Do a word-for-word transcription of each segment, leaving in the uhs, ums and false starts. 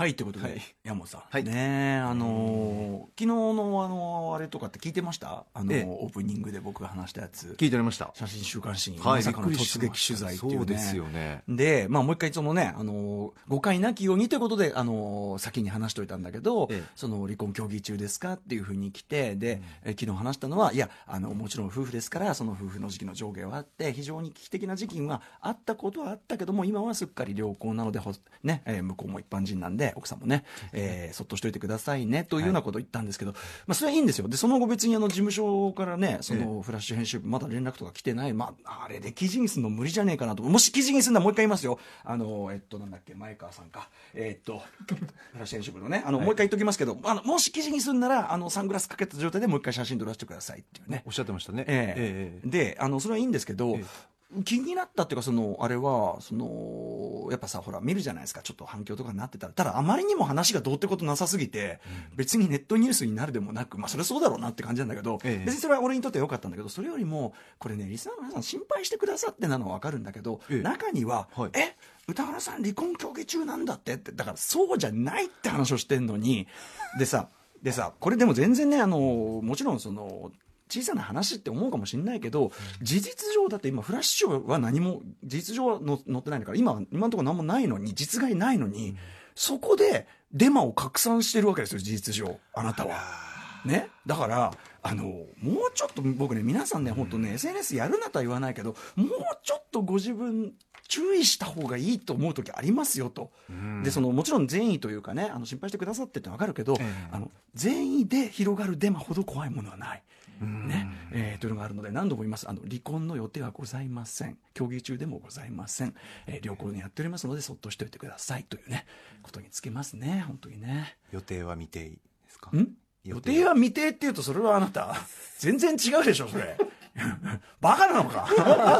はい、ということで、 はい、 山本さん、 はい、 ねあのー、昨日のあのー、あれとかって聞いてました？あのーええ、オープニングで僕が話したやつ。 聞いておりました。 写真週刊誌に、 はい、 まさかの突撃取材っていうね。 そうですよね。 で、まあ、もう一回そのね、あのー、誤解なきようにということで、あのー、先に話しておいたんだけど、ええ、その離婚協議中ですかっていうふうに来て、で、うん、え昨日話したのは、いや、あのもちろん夫婦ですから、その夫婦の時期の上下はあって、非常に危機的な時期はあったことはあったけども、今はすっかり良好なので、ね、えー、向こうも一般人なんで、奥さんもね、えー、そっとしといてくださいねというようなことを言ったんですけど、はい、まあ、それはいいんですよ。でその後別にあの事務所からね、そのフラッシュ編集部まだ連絡とか来てない、まあ、あれで記事にするの無理じゃねえかなと。もし記事にするのはもう一回言いますよ。あのえっとなんだっけ、前川さんか、えー、っとフラッシュ編集部のね、あの、はい、もう一回言っときますけど、あのもし記事にするならあのサングラスかけた状態でもう一回写真撮らせてくださいっていうね、 おっしゃってましたね。 えーえー、であのそれはいいんですけど、えー気になったっていうか、そのあれはそのやっぱさ、ほら見るじゃないですか、ちょっと反響とかになってたら。ただあまりにも話がどうってことなさすぎて、うん、別にネットニュースになるでもなく、まあそれそうだろうなって感じなんだけど、ええ、別にそれは俺にとっては良かったんだけど、それよりもこれね、リスナーの皆さん心配してくださってなのは分かるんだけど、ええ、中には、はい、え歌原さん離婚協議中なんだってって、だからそうじゃないって話をしてんのに、でさでさこれでも全然ね、あのもちろんその小さな話って思うかもしれないけど、事実上だって今フラッシュは何も事実上はの載ってないんだから、今今のところ何もないのに、実害ないのに、うん、そこでデマを拡散してるわけですよ、事実上あなたはね。だからあのもうちょっと僕ね、皆さんね、本当ね、うん、エスエヌエス やるなとは言わないけど、もうちょっとご自分注意した方がいいと思う時ありますよと、うん、でそのもちろん善意というかね、あの心配してくださってって分かるけど、えー、あの善意で広がるデマほど怖いものはないね、えー、というのがあるので、何度も言います。あの離婚の予定はございません。協議中でもございません。えー、良好にやっておりますので、そっとしておいてくださいというねことにつけますね。本当にね。 予定は未定ですか？ ん予定は未定っていうと、それはあなた全然違うでしょそれバカなのか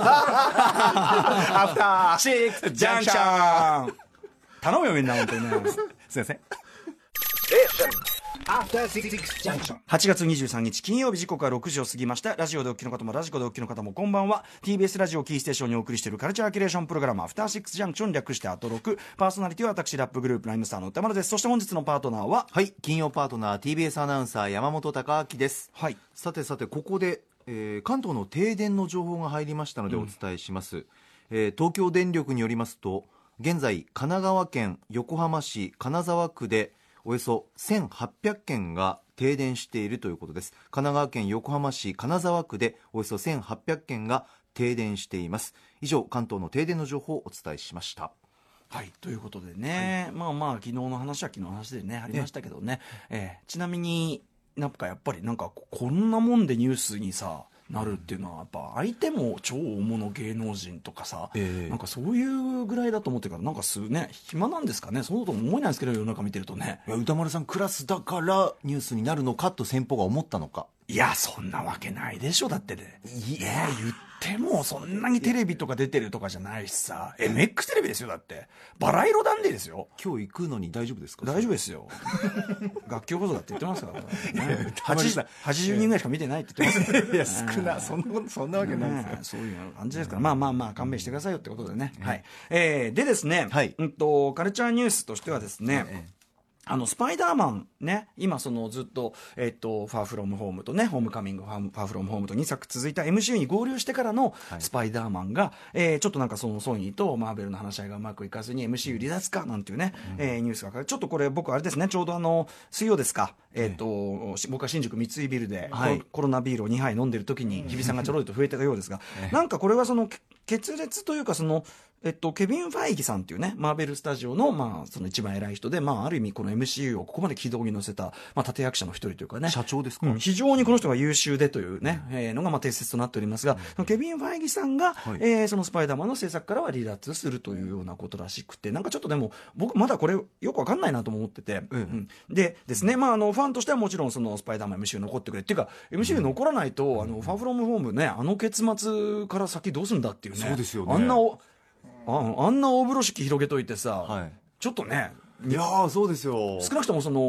アフターシックスジャンクション頼むよみんな、本当にねすいません。はちがつにじゅうさんにち金曜日、時刻はろくじを過ぎました。ラジオでお聞きの方もラジコでお聞きの方もこんばんは。 ティービーエス ラジオキーステーションにお送りしているカルチャーキュレーションプログラム、アフターシックスジャンクション、略してアトロク。パーソナリティは私、ラップグループライムスターの歌丸です。そして本日のパートナーは、 はい、金曜パートナー ティービーエス アナウンサー山本貴明です。 はい、 さてさて、ここで、えー、関東の停電の情報が入りましたのでお伝えします、うん、えー、東京電力によりますと、現在神奈川県横浜市金沢区でおよそせんはっぴゃくけんが停電しているということです。神奈川県横浜市金沢区でおよそせんはっぴゃくけんが停電しています。以上、関東の停電の情報をお伝えしました。 はい、ということでね、はい、まあまあ昨日の話は昨日の話でねありましたけどね、えー、ちなみになんかやっぱりなんかこんなもんでニュースにさなるっていうのは、やっぱ相手も超大物芸能人とかさ、えー、なんかそういうぐらいだと思ってるから、なんかすね暇なんですかね。そうとも思えないんですけど、世の中見てるとね。 いや、歌丸さんクラスだからニュースになるのかと先方が思ったのか。 いや、そんなわけないでしょ。だってね、いや言ってもそんなにテレビとか出てるとかじゃないしさ、 エムエックス テレビですよ。だってバラ色ダンディですよ。 今日行くのに大丈夫ですか？ 大丈夫ですよ学級放送だって言ってますから、ね、はちじゅうにんぐらいしか見てないって言ってますからいや少な、そんなことそんなわけないですよ、 ね、そういう感じですから、まあまあまあ勘弁してくださいよってことでね、はい、えー、でですね、はい、うんとカルチャーニュースとしてはですね、ええ、あのスパイダーマンね、今そのずっと、えっと、ファーフロムホームとね、ホームカミング、ファーフロムホームとにさく続いた エムシーユー に合流してからのスパイダーマンが、はい、えー、ちょっとなんかそのソニーとマーベルの話し合いがうまくいかずに エムシーユー 離脱かなんていうね、うん、えー、ニュースが、ちょっとこれ僕あれですね、ちょうどあの水曜ですか、えー、っと、えー、僕は新宿三井ビルで、はい、コロナビールをにはい飲んでる時に日比さんがちょろりと増えてたようですが、えー、なんかこれはその決裂というか、そのえっと、ケビン・ファイギさんっていうね、マーベルスタジオの、まあ、その一番偉い人で、まあ、ある意味この エムシーユー をここまで軌道に乗せた、まあ、立役者の一人というかね。 社長ですか？ うん、非常にこの人が優秀でというね、うん、えー、のが、まあ、定説となっておりますが、うん、ケビン・ファイギさんが、はい、えー、そのスパイダーマンの制作からは離脱するというようなことらしくて、なんかちょっとでも、僕まだこれよくわかんないなと思ってて、うんうん、でですね、まあ、あの、ファンとしてはもちろんそのスパイダーマン エムシーユー 残ってくれっていうか、エムシーユー 残らないと、うん、あの、ファーフロムホームね、あの結末から先どうすんだっていうね。 そうですよね。 あんなお、あ, あんな大風呂敷広げといてさ、はい、ちょっとね、 いやそうですよ。 少なくともその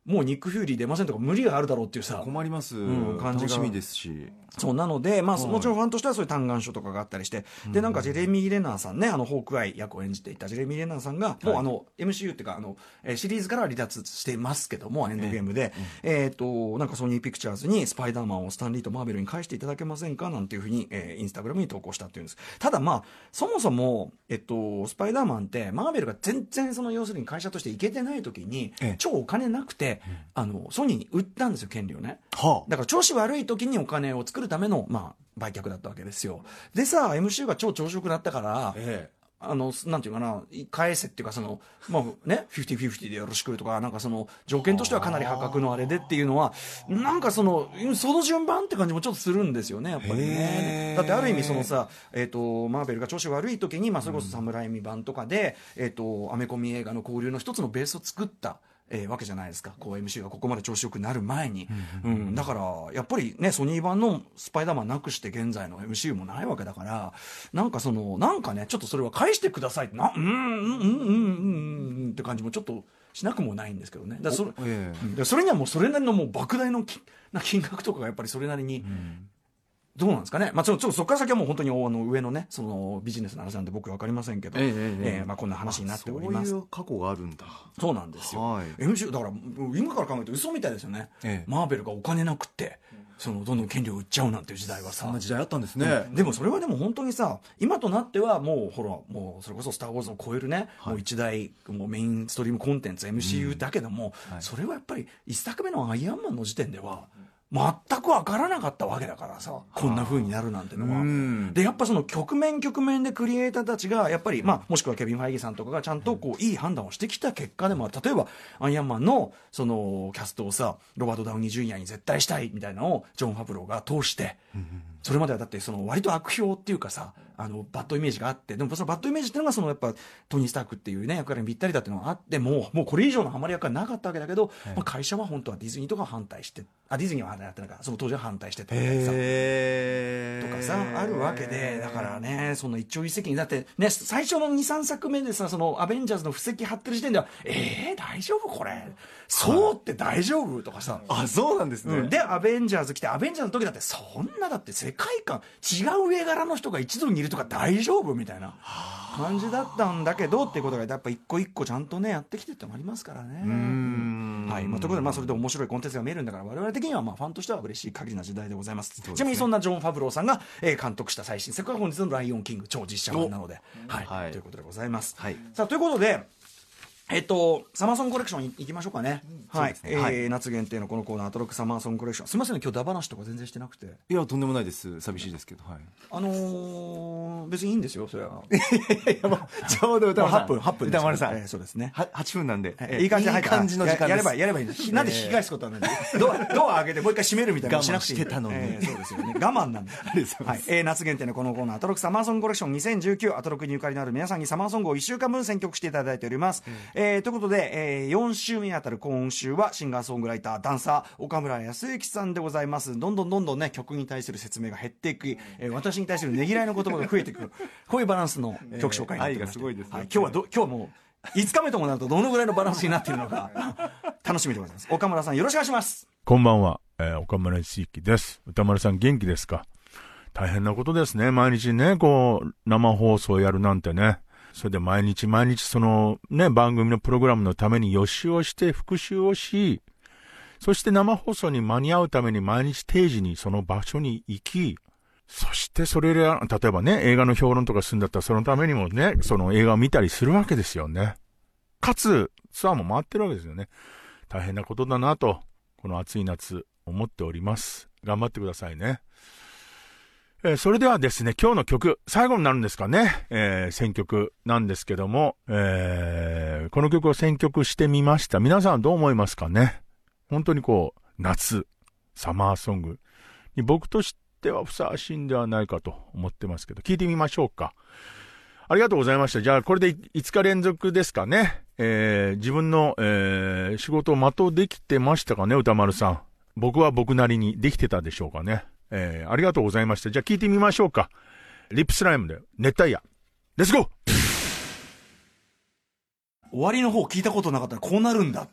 もうニック・フューリー出ませんとか無理があるだろうっていうさ困ります、 うん、感じが楽しみですし、 そうなので、まあ、 はい、 もちろんファンとしてはそういう嘆願書とかがあったりして、うん、でなんかジェレミー・レナーさんね、あのホークアイ役を演じていたジェレミー・レナーさんが、はい、もうあの エムシーユー っていうかあのシリーズからは離脱していますけども、エンドゲームで、えー、えーとなんかソニーピクチャーズにスパイダーマンをスタンリーとマーベルに返していただけませんかなんていうふうに、えー、インスタグラムに投稿したっていうんです。ただまあそもそも、えっと、スパイダーマンってマーベルが全然その要するに会社としていけてない時に、ええ、超お金なくて、うん、あのソニーに売ったんですよ、権利をね、はあ、だから調子悪い時にお金を作るための、まあ、売却だったわけですよ。でさ エムシーユー が超調子よくなったから、ええ、あのなんていうかな、返せっていうかその、まあね、フィフティーフィフティーでよろしくとか、なんかその条件としてはかなり破格のあれでっていうのは、なんかそのその順番って感じもちょっとするんですよね、やっぱりね。だってある意味そのさ、えー、とマーベルが調子悪い時に、まあ、それこそサムライミ版とかで、うん、えー、とアメコミ映画の交流の一つのベースを作ったえー、わけじゃないですか、こう エムシーユー がここまで調子よくなる前に、うんうんうん、だからやっぱりね、ソニー版のスパイダーマンなくして現在の エムシーユー もないわけだから、なんかそのなんかね、ちょっとそれは返してくださいってな、うんうんうんうんうんって感じもちょっとしなくもないんですけどね。だからそれ、えー、それにはもうそれなりのもう莫大のきな金額とかがやっぱりそれなりに、うん、どうなんですかね、まあ、ちょっとそこから先はもう本当にあの上のね、そのビジネスの話なんで僕分かりませんけど、えーえーえーまあ、こんな話になっております。 そういう過去があるんだ。 そうなんですよ、はい、エムシーユー だから今から考えると嘘みたいですよね、えー、マーベルがお金なくてそのどんどん権利を売っちゃうなんていう時代はさ、 そんな時代あったんですね、 うん、でもそれはでも本当にさ、今となってはもうほら、もうそれこそスター・ウォーズを超えるね、はい、もう一大もうメインストリームコンテンツ エムシーユー だけども、うんはい、それはやっぱり一作目のアイアンマンの時点では全く分からなかったわけだからさ、こんな風になるなんてのは。でやっぱその局面局面でクリエイターたちがやっぱり、まあ、もしくはケビン・ファイギーさんとかがちゃんとこういい判断をしてきた結果でもある。例えばアイアンマンのそのキャストをさ、ロバート・ダウニー・ジュニアに絶対したいみたいなのをジョン・ファブローが通して、それまではだってその割と悪評っていうかさ、あのバッドイメージがあって、でもそのバッドイメージっていうのがそのやっぱトニー・スタークっていうね役割にぴったりだっていうのがあって、もうもうこれ以上のハマり役はなかったわけだけど、はい、まあ、会社は本当はディズニーとか反対して、あディズニーは反対やってないから、その当時は反対してたみたいなさとかさあるわけで、だからね、その一朝一夕にだってね、最初の にさんさくめでさ、そのアベンジャーズの布石張ってる時点ではえー大丈夫これ、そうって大丈夫とかさ、 あそうなんですね、うん、 でアベンジャーズ来て、アベンジャーズの時だってそんなだって世界観違う上柄の人が一度にいるとか大丈夫みたいな感じだったんだけどっていうことがやっぱ一個一個ちゃんとねやってきてってもありますからね。うーん、はい、まあ、ということで、まあ、それで面白いコンテンツが見えるんだから我々的にはまあファンとしては嬉しい限りな時代でございます。ちなみにそんなジョン・ファブローさんが、えー、監督した最新作が本日のライオンキング超実写版なので、はいはい、ということでございます、はい、さあということでえっと、サマーソングコレクションいきましょうかね、うん、はい、ね、えーはい、夏限定のこのコーナーアトロックサマーソングコレクション、すみませんね今日ダ話とか全然してなくて。 いやとんでもないです、寂しいですけど、はい、 あのー、別にいいんですよそれは。 いやいやもうちょうど歌丸さん、はっぷんはっぷん歌丸さん、 えー、 そうですね、 ははちふんなんで、 えー、いい感じで入ったいい感じの時間です。 や, やればやればいいんです、なんで引き返すことはないんでドアドア開けてもう一回閉めるみたいなのしなくていい。 我慢してたのに、 えー、そうですよね我慢なんではい、えー、夏限定のこのコーナーアトロックサマーソングコレクションにせんじゅうきゅう、アトロックにゆかりのある皆さんにサマーソングをいっしゅうかんぶん選曲していただいております、うん、えー、ということで、えー、よん週目にあたる今週はシンガーソングライターダンサー岡村康之さんでございます。どんどんどんどんね曲に対する説明が減っていく、えー、私に対するねぎらいの言葉が増えていくこういうバランスの曲紹介になってまして、えー、愛がすごいですね、はい、今日はど今日はもういつかめともなるとどのぐらいのバランスになっているのか楽しみでございます。岡村さんよろしくお願いします。 こんばんは、えー、岡村康之です。歌丸さん元気ですか。大変なことですね、毎日ねこう生放送やるなんてね。それで毎日毎日そのね番組のプログラムのために予習をして復習をし、そして生放送に間に合うために毎日定時にその場所に行き、そしてそれで例えばね映画の評論とかするんだったらそのためにもねその映画を見たりするわけですよね。かつツアーも回ってるわけですよね。大変なことだなとこの暑い夏思っております。頑張ってくださいね。えー、それではですね今日の曲最後になるんですかね、えー、選曲なんですけども、えー、この曲を選曲してみました。皆さんはどう思いますかね。本当にこう夏サマーソングに僕としてはふさわしいんではないかと思ってますけど、聞いてみましょうか。ありがとうございました。じゃあこれでいつか連続ですかね、えー、自分の、えー、仕事を全うできてましたかね歌丸さん。僕は僕なりにできてたでしょうかね。えー、ありがとうございました。じゃあ聞いてみましょうか。リップスライムで熱帯夜。レッツゴー。 終わりの方聞いたことなかったらこうなるんだっていう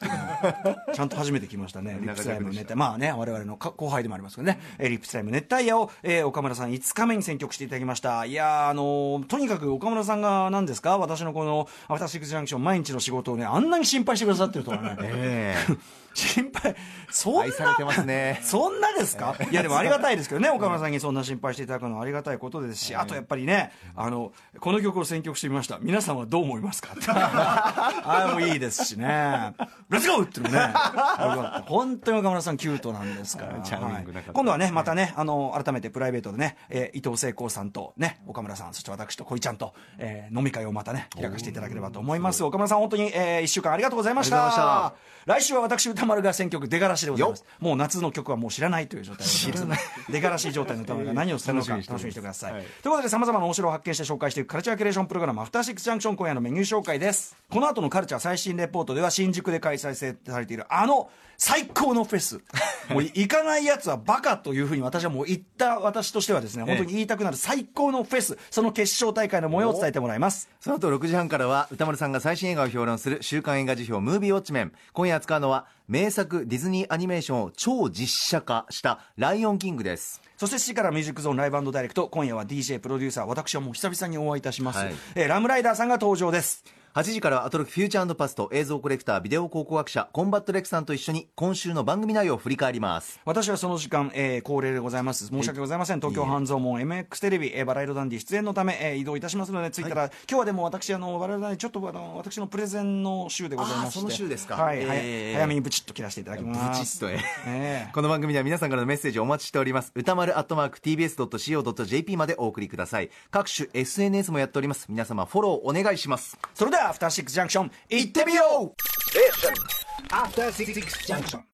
ちゃんと初めて聞きましたね。リップスライム熱帯。まあね、我々の後輩でもありますけどね。えー、リップスライム熱帯夜を、えー、岡村さんいつかめに選曲していただきました。いやー、あのー、とにかく岡村さんが何ですか、私のこのアフターシックスジャンクション毎日の仕事をね、あんなに心配してくださってるとはね。えー心配、そんな、 愛されてますね。 そんなですか？いや、でもありがたいですけどね、岡村さんにそんな心配していただくのはありがたいことですし、あとやっぱりね、あの、この曲を選曲してみました。皆さんはどう思いますかって。あれもいいですしね。レッツゴーっていうのね。本当に岡村さんキュートなんですから。 チャーミングな方、 はい、今度はね、またね、あの、改めてプライベートでね、えー、伊藤聖光さんとね、岡村さん、そして私と小井ちゃんと、えー、飲み会をまたね、開かせていただければと思います。岡村さん、本当に、えー、一週間ありがとうございました。 ありがとうございました。 来週は私歌丸が選曲出がらしでございます。もう夏の曲はもう知らないという状態で知らない出がらし状態の歌丸が何をするのか楽しみにしてください、はい、ということで様々な面白を発見して紹介していくカルチャーキュレーションプログラムアフターシックスジャンクション、今夜のメニュー紹介です。この後のカルチャー最新レポートでは新宿で開催されているあの最高のフェスもう行かないやつはバカというふうに私はもう言った私としてはですね、本当に言いたくなる最高のフェス、その決勝大会の模様を伝えてもらいます。 その後ろくじはんからは歌丸さんが最新映画を評論する週刊映画辞表ムービーウォッチメン。今夜扱うのは名作ディズニーアニメーションを超実写化したライオンキングです。 そしてしちじからミュージックゾーンライブ&ダイレクト、今夜は ディージェー プロデューサー、私はもう久々にお会いいたします、はい、えー、ラムライダーさんが登場です。 はちじからはアトロックフューチャー&パスト映像コレクタービデオ考古学者コンバットレックさんと一緒に今週の番組内容を振り返ります。 私はその時間、えー、恒例でございます。申し訳ございません。東京半蔵門 エムエックス テレビ、えー、バラ色ダンディ出演のため、えー、移動いたしますので、着いたら、はい、今日はでも私あのバラ色ダンディちょっとあの私のプレゼンの週でございまして、 その週ですか、 はい、 えー、 早めにブチッと切らせていただきます。 ブチッと、 えー、 この番組では皆さんからのメッセージをお待ちしております。歌丸アットマーク ティービーエスドットシーオードットジェーピー までお送りください。各種 エスエヌエス もやっております。皆様フォローお願いします。 それではアフターシックスジャンクション行ってみよう。 アフターシックスジャンクション。